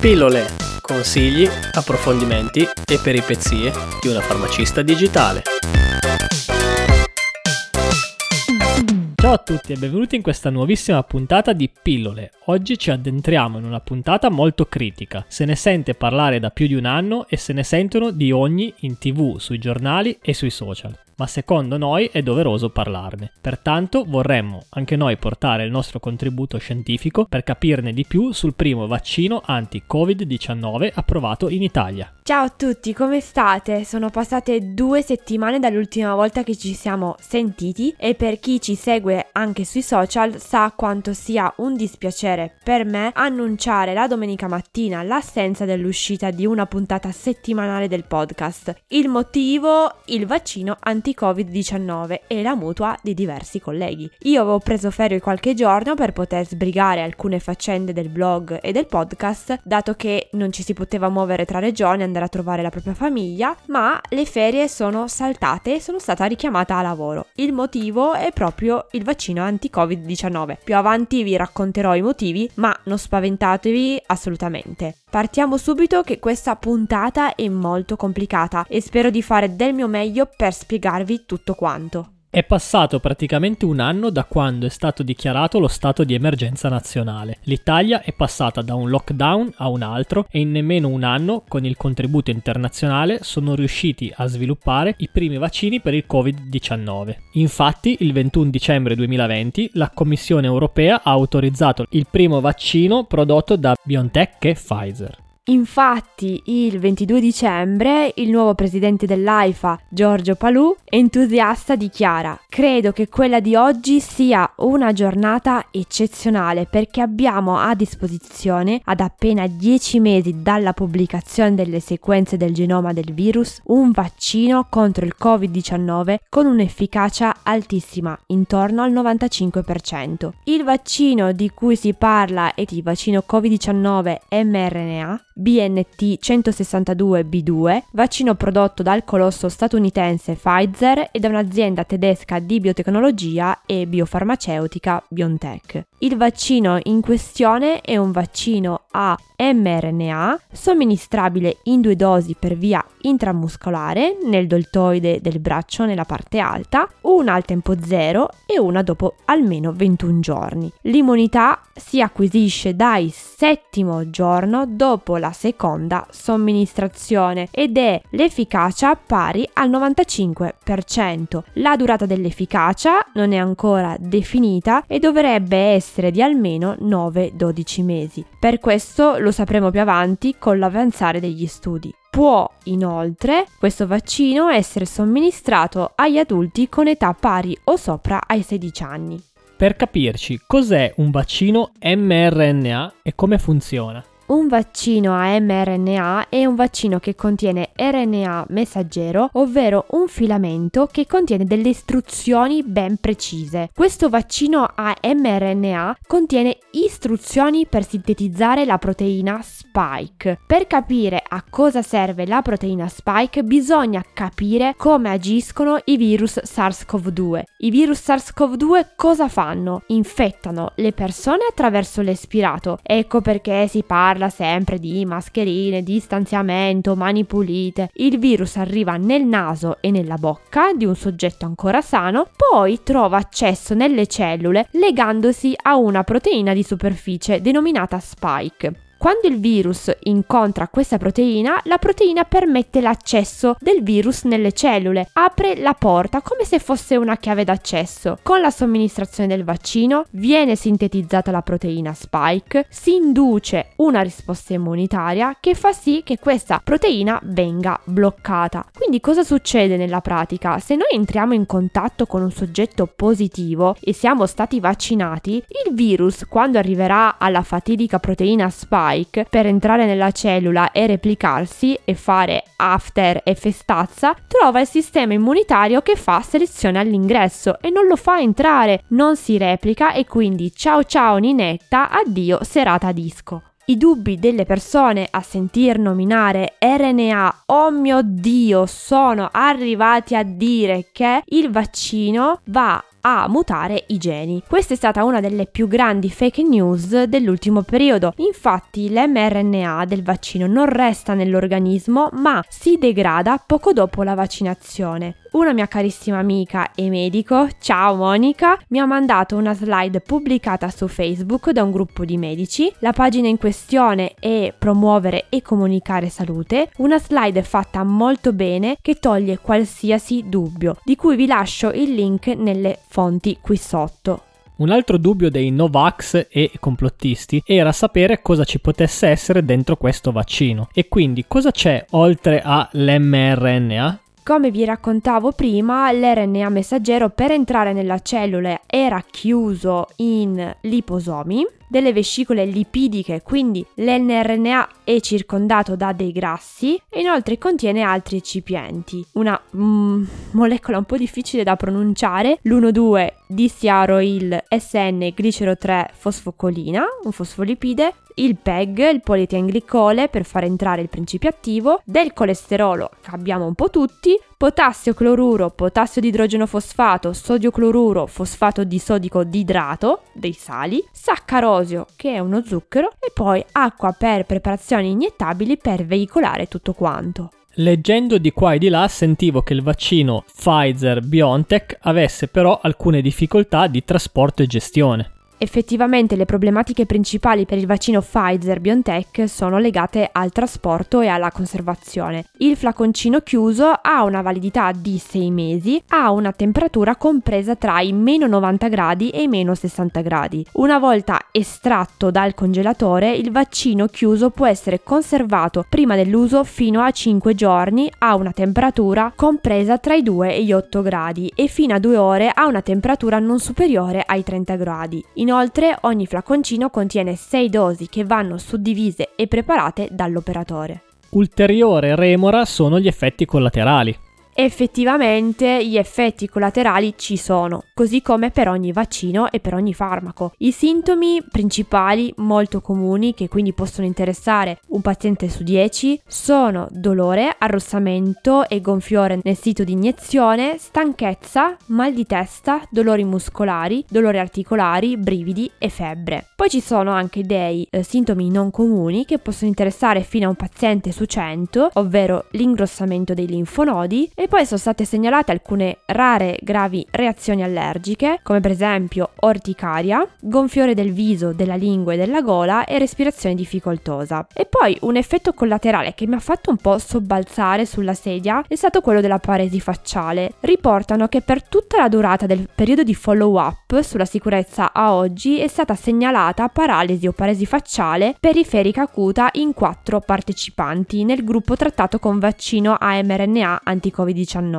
Pillole, consigli, approfondimenti e peripezie di una farmacista digitale. Ciao a tutti e benvenuti in questa nuovissima puntata di Pillole. Oggi ci addentriamo in una puntata molto critica. Se ne sente parlare da più di un anno e se ne sentono di ogni in TV, sui giornali e sui social. Ma secondo noi è doveroso parlarne. Pertanto vorremmo anche noi portare il nostro contributo scientifico per capirne di più sul primo vaccino anti-Covid-19 approvato in Italia. Ciao a tutti, come state? Sono passate 2 settimane dall'ultima volta che ci siamo sentiti e per chi ci segue anche sui social sa quanto sia un dispiacere per me annunciare la domenica mattina l'assenza dell'uscita di una puntata settimanale del podcast. Il motivo? Il vaccino anti-Covid-19 e la mutua di diversi colleghi. Io avevo preso ferie qualche giorno per poter sbrigare alcune faccende del blog e del podcast, dato che non ci si poteva muovere tra regioni, andare a trovare la propria famiglia, ma le ferie sono saltate e sono stata richiamata a lavoro. Il motivo è proprio il vaccino anti-Covid-19. Più avanti vi racconterò i motivi, ma non spaventatevi assolutamente. Partiamo subito che questa puntata è molto complicata e spero di fare del mio meglio per spiegarvi tutto quanto. È passato praticamente un anno da quando è stato dichiarato lo stato di emergenza nazionale. L'Italia è passata da un lockdown a un altro e in nemmeno un anno, con il contributo internazionale, sono riusciti a sviluppare i primi vaccini per il Covid-19. Infatti, il 21 dicembre 2020, la Commissione europea ha autorizzato il primo vaccino prodotto da BioNTech e Pfizer. Infatti, il 22 dicembre, il nuovo presidente dell'AIFA, Giorgio Palù, entusiasta dichiara: "Credo che quella di oggi sia una giornata eccezionale perché abbiamo a disposizione, ad appena 10 mesi dalla pubblicazione delle sequenze del genoma del virus, un vaccino contro il Covid-19 con un'efficacia altissima, intorno al 95%. Il vaccino di cui si parla è il vaccino Covid-19 mRNA, BNT 162b2, vaccino prodotto dal colosso statunitense Pfizer e da un'azienda tedesca di biotecnologia e biofarmaceutica BioNTech. Il vaccino in questione è un vaccino a mRNA somministrabile in 2 dosi per via intramuscolare nel deltoide del braccio nella parte alta, una al tempo 0 e una dopo almeno 21 giorni. L'immunità si acquisisce dal 7° giorno dopo la seconda somministrazione ed è l'efficacia pari al 95%. La durata dell'efficacia non è ancora definita e dovrebbe essere di almeno 9-12 mesi. Per questo lo sapremo più avanti con l'avanzare degli studi. Può inoltre questo vaccino essere somministrato agli adulti con età pari o sopra ai 16 anni. Per capirci, cos'è un vaccino mRNA e come funziona? Un vaccino a mRNA è un vaccino che contiene RNA messaggero, ovvero un filamento che contiene delle istruzioni ben precise. Questo vaccino a mRNA contiene istruzioni per sintetizzare la proteina spike. Per capire a cosa serve la proteina spike bisogna capire come agiscono i virus SARS-CoV-2. I virus SARS-CoV-2 cosa fanno? Infettano le persone attraverso l'espirato. Ecco perché si parla sempre di mascherine, distanziamento, mani pulite. Il virus arriva nel naso e nella bocca di un soggetto ancora sano, poi trova accesso nelle cellule legandosi a una proteina di superficie denominata spike. Quando il virus incontra questa proteina, la proteina permette l'accesso del virus nelle cellule, apre la porta come se fosse una chiave d'accesso. Con la somministrazione del vaccino viene sintetizzata la proteina spike, si induce una risposta immunitaria che fa sì che questa proteina venga bloccata. Quindi cosa succede nella pratica? Se noi entriamo in contatto con un soggetto positivo e siamo stati vaccinati, il virus, quando arriverà alla fatidica proteina spike, per entrare nella cellula e replicarsi e fare after e festazza, trova il sistema immunitario che fa selezione all'ingresso e non lo fa entrare, non si replica e quindi ciao ciao ninetta, addio serata disco. I dubbi delle persone a sentir nominare RNA, oh mio Dio, sono arrivati a dire che il vaccino va a mutare i geni. Questa è stata una delle più grandi fake news dell'ultimo periodo. Infatti l'mRNA del vaccino non resta nell'organismo ma si degrada poco dopo la vaccinazione. Una mia carissima amica e medico, ciao Monica, mi ha mandato una slide pubblicata su Facebook da un gruppo di medici. La pagina in questione è Promuovere e Comunicare Salute, una slide fatta molto bene che toglie qualsiasi dubbio, di cui vi lascio il link nelle fonti qui sotto. Un altro dubbio dei Novax e complottisti era sapere cosa ci potesse essere dentro questo vaccino e quindi cosa c'è oltre all'mRNA. Come vi raccontavo prima, l'RNA messaggero per entrare nella cellula era chiuso in liposomi, delle vescicole lipidiche, quindi l'mRNA è circondato da dei grassi e inoltre contiene altri eccipienti. Una molecola un po' difficile da pronunciare, l'1,2-distiaroil SN glicero 3 fosfocolina, un fosfolipide, il PEG, il polietilenglicole per far entrare il principio attivo, del colesterolo che abbiamo un po' tutti, potassio cloruro, potassio di idrogeno fosfato, sodio cloruro, fosfato di sodico diidrato, dei sali, saccarosio che è uno zucchero e poi acqua per preparazioni iniettabili per veicolare tutto quanto. Leggendo di qua e di là sentivo che il vaccino Pfizer-BioNTech avesse però alcune difficoltà di trasporto e gestione. Effettivamente le problematiche principali per il vaccino Pfizer-BioNTech sono legate al trasporto e alla conservazione. Il flaconcino chiuso ha una validità di 6 mesi, ha una temperatura compresa tra i meno 90 gradi e i meno 60 gradi. Una volta estratto dal congelatore, il vaccino chiuso può essere conservato prima dell'uso fino a 5 giorni a una temperatura compresa tra i 2 e gli 8 gradi e fino a 2 ore a una temperatura non superiore ai 30 gradi. Inoltre ogni flaconcino contiene 6 dosi che vanno suddivise e preparate dall'operatore. Ulteriore remora sono gli effetti collaterali. Effettivamente gli effetti collaterali ci sono, così come per ogni vaccino e per ogni farmaco. I sintomi principali molto comuni, che quindi possono interessare un paziente su 10, sono dolore, arrossamento e gonfiore nel sito di iniezione, stanchezza, mal di testa, dolori muscolari, dolori articolari, brividi e febbre. Poi ci sono anche dei sintomi non comuni che possono interessare fino a un paziente su 100, ovvero l'ingrossamento dei linfonodi, e poi sono state segnalate alcune rare gravi reazioni allergiche, come per esempio orticaria, gonfiore del viso, della lingua e della gola e respirazione difficoltosa. E poi un effetto collaterale che mi ha fatto un po' sobbalzare sulla sedia è stato quello della paresi facciale. Riportano che per tutta la durata del periodo di follow-up sulla sicurezza a oggi è stata segnalata paralisi o paresi facciale periferica acuta in 4 partecipanti nel gruppo trattato con vaccino a mRNA anti-Covid-19.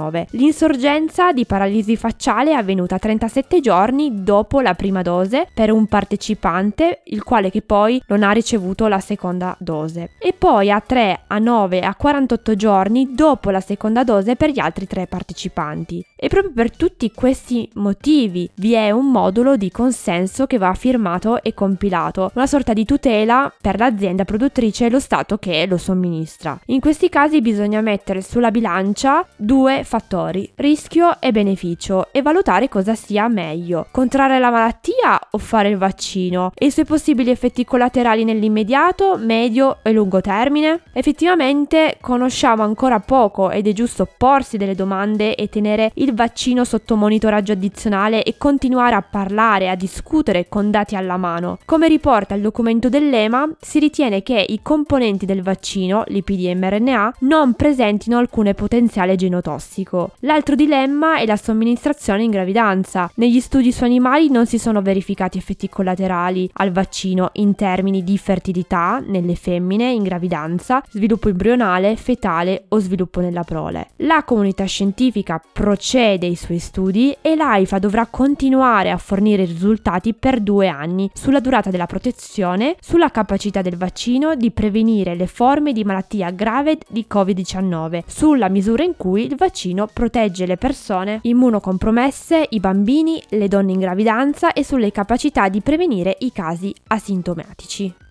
L'insorgenza di paralisi facciale è avvenuta 37 giorni dopo la prima dose per un partecipante, il quale che poi non ha ricevuto la seconda dose, e poi a 3, a 9 e a 48 giorni dopo la seconda dose per gli altri 3 partecipanti. E proprio per tutti questi motivi vi è un modulo di consenso che va firmato e compilato, una sorta di tutela per l'azienda produttrice e lo Stato che lo somministra. In questi casi bisogna mettere sulla bilancia 2 fattori, rischio e beneficio, e valutare cosa sia meglio: contrarre la malattia o fare il vaccino, e i suoi possibili effetti collaterali nell'immediato, medio e lungo termine. Effettivamente conosciamo ancora poco ed è giusto porsi delle domande e tenere il vaccino sotto monitoraggio addizionale e continuare a parlare, a discutere con dati alla mano. Come riporta il documento dell'EMA, si ritiene che i componenti del vaccino, lipidi e mRNA, non presentino alcune potenziale genotossico. L'altro dilemma è la somministrazione in gravidanza. Negli studi su animali non si sono verificati effetti collaterali al vaccino in termini di fertilità nelle femmine in gravidanza, sviluppo embrionale, fetale o sviluppo nella prole. La comunità scientifica procede i suoi studi e l'AIFA dovrà continuare a fornire risultati per 2 anni sulla durata della protezione, sulla capacità del vaccino di prevenire le forme di malattia grave di Covid-19, sulla misura in cui il vaccino protegge le persone immunocompromesse, i bambini, le donne in gravidanza e sulle capacità di prevenire i casi asintomatici.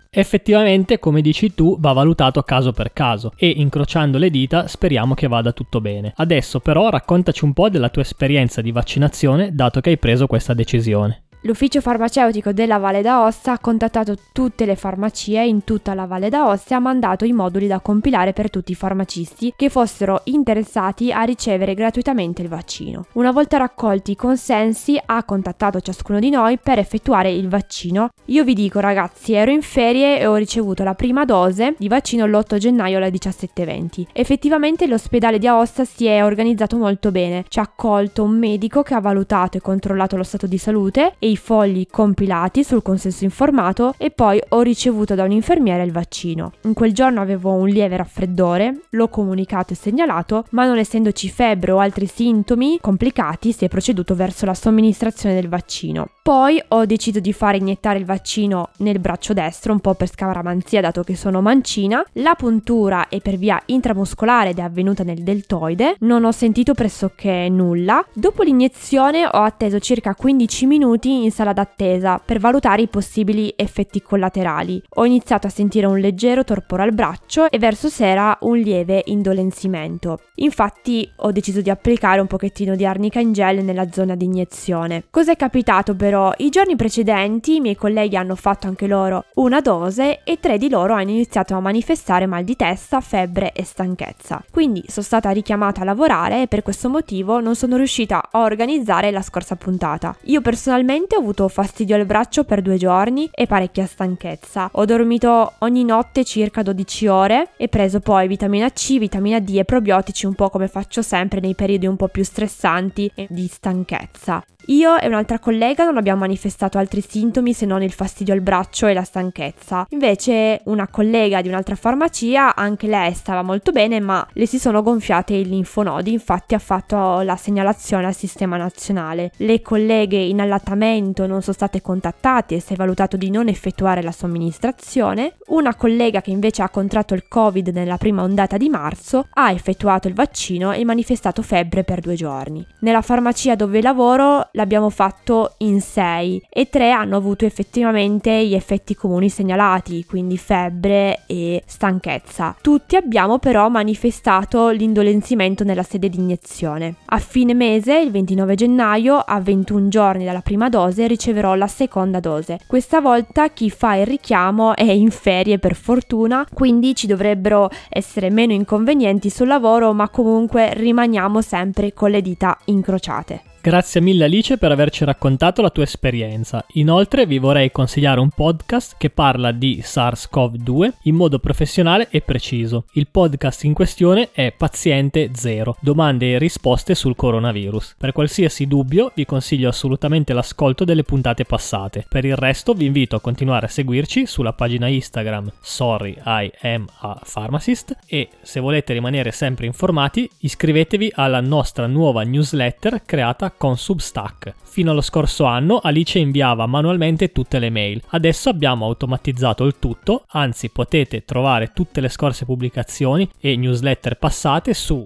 Effettivamente, come dici tu, va valutato caso per caso e incrociando le dita speriamo che vada tutto bene. Adesso però raccontaci un po' della tua esperienza di vaccinazione dato che hai preso questa decisione. L'ufficio farmaceutico della Valle d'Aosta ha contattato tutte le farmacie in tutta la Valle d'Aosta e ha mandato i moduli da compilare per tutti i farmacisti che fossero interessati a ricevere gratuitamente il vaccino. Una volta raccolti i consensi ha contattato ciascuno di noi per effettuare il vaccino. Io vi dico ragazzi, ero in ferie e ho ricevuto la prima dose di vaccino l'8 gennaio alle 17:20. Effettivamente l'ospedale di Aosta si è organizzato molto bene, ci ha accolto un medico che ha valutato e controllato lo stato di salute e i fogli compilati sul consenso informato e poi ho ricevuto da un infermiere il vaccino. In quel giorno avevo un lieve raffreddore, l'ho comunicato e segnalato, ma non essendoci febbre o altri sintomi complicati si è proceduto verso la somministrazione del vaccino. Poi ho deciso di fare iniettare il vaccino nel braccio destro, un po' per scaramanzia dato che sono mancina. La puntura è per via intramuscolare ed è avvenuta nel deltoide, non ho sentito pressoché nulla. Dopo l'iniezione ho atteso circa 15 minuti in sala d'attesa per valutare i possibili effetti collaterali. Ho iniziato a sentire un leggero torpore al braccio e verso sera un lieve indolenzimento. Infatti ho deciso di applicare un pochettino di arnica in gel nella zona di iniezione. Cos'è capitato però? I giorni precedenti i miei colleghi hanno fatto anche loro una dose e 3 di loro hanno iniziato a manifestare mal di testa, febbre e stanchezza. Quindi sono stata richiamata a lavorare e per questo motivo non sono riuscita a organizzare la scorsa puntata. Io personalmente ho avuto fastidio al braccio per 2 giorni e parecchia stanchezza. Ho dormito ogni notte circa 12 ore e preso poi vitamina C, vitamina D e probiotici un po' come faccio sempre nei periodi un po' più stressanti e di stanchezza. Io e un'altra collega non abbiamo manifestato altri sintomi se non il fastidio al braccio e la stanchezza. Invece una collega di un'altra farmacia, anche lei stava molto bene, ma le si sono gonfiate i linfonodi, infatti ha fatto la segnalazione al sistema nazionale. Le colleghe in allattamento non sono state contattate e si è valutato di non effettuare la somministrazione. Una collega che invece ha contratto il Covid nella prima ondata di marzo ha effettuato il vaccino e manifestato febbre per 2 giorni. Nella farmacia dove lavoro l'abbiamo fatto in 6 e 3 hanno avuto effettivamente gli effetti comuni segnalati, quindi febbre e stanchezza. Tutti abbiamo però manifestato l'indolenzimento nella sede di iniezione. A fine mese, il 29 gennaio, a 21 giorni dalla prima dose, riceverò la seconda dose. Questa volta chi fa il richiamo è in ferie per fortuna, quindi ci dovrebbero essere meno inconvenienti sul lavoro, ma comunque rimaniamo sempre con le dita incrociate. Grazie mille Alice per averci raccontato la tua esperienza. Inoltre vi vorrei consigliare un podcast che parla di SARS-CoV-2 in modo professionale e preciso. Il podcast in questione è Paziente Zero, domande e risposte sul coronavirus. Per qualsiasi dubbio vi consiglio assolutamente l'ascolto delle puntate passate. Per il resto vi invito a continuare a seguirci sulla pagina Instagram Sorry I am a Pharmacist e se volete rimanere sempre informati iscrivetevi alla nostra nuova newsletter creata con Substack. Fino allo scorso anno Alice inviava manualmente tutte le mail. Adesso abbiamo automatizzato il tutto, anzi potete trovare tutte le scorse pubblicazioni e newsletter passate su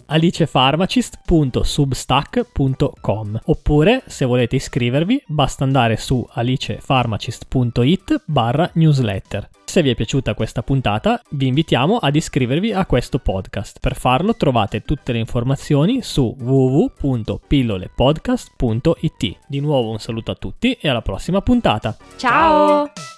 alicepharmacist.substack.com oppure se volete iscrivervi basta andare su alicepharmacist.it/newsletter. Se vi è piaciuta questa puntata vi invitiamo ad iscrivervi a questo podcast. Per farlo trovate tutte le informazioni su www.pillolepodcast.it. Di nuovo un saluto a tutti e alla prossima puntata. Ciao!